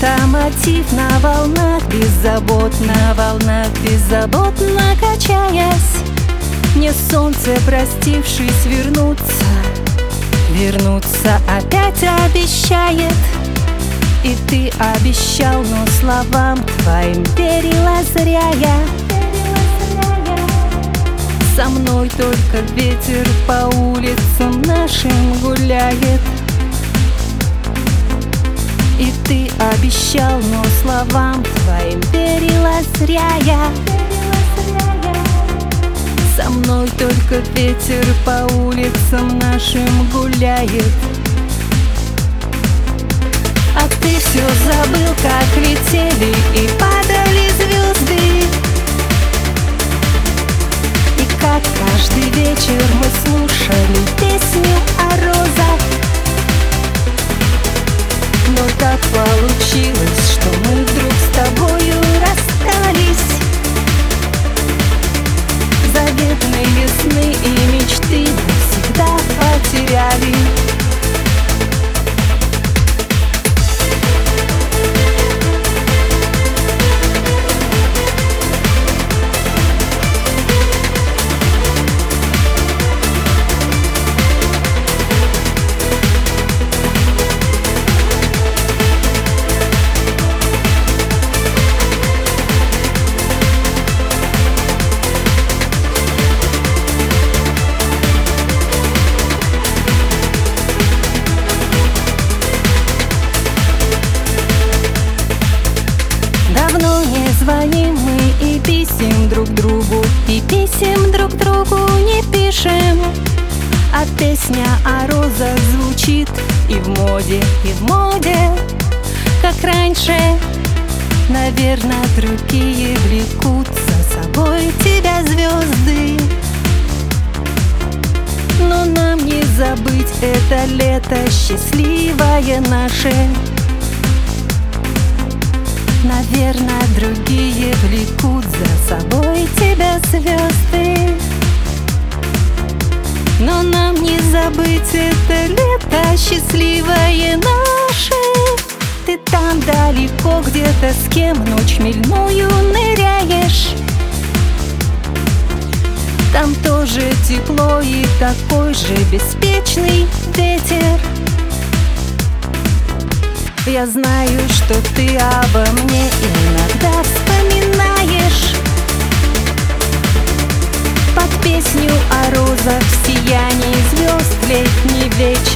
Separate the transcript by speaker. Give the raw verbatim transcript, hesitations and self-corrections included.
Speaker 1: локомотив на волнах, беззаботно, на волнах, беззаботно качаясь. Мне солнце, простившись, вернуться, вернуться опять обещает. И ты обещал, но словам твоим верила зря я. Со мной только ветер по улицам нашим гуляет. И ты обещал, но словам твоим верила зря я. Со мной только ветер по улицам нашим гуляет. А ты все забыл, как летели и падали звезды. И как каждый вечер мы слушали песню о розах. Но так получилось, что мы вдруг с тобою расстались. Заветные сны и мечты навсегда потеряли. Звоним мы и писем друг другу, и писем друг другу не пишем. А песня о розах звучит и в моде, и в моде, как раньше. Наверное, другие влекут за собой тебя звезды. Но нам не забыть это лето счастливое наше. Наверное, другие влекут за собой тебя звезды. Но нам не забыть это лето счастливое наше. Ты там далеко где-то с кем ночь хмельную ныряешь. Там тоже тепло и такой же беспечный ветер. Я знаю, что ты обо мне иногда вспоминаешь. Под песню о розах в сиянии звезд летний вечер.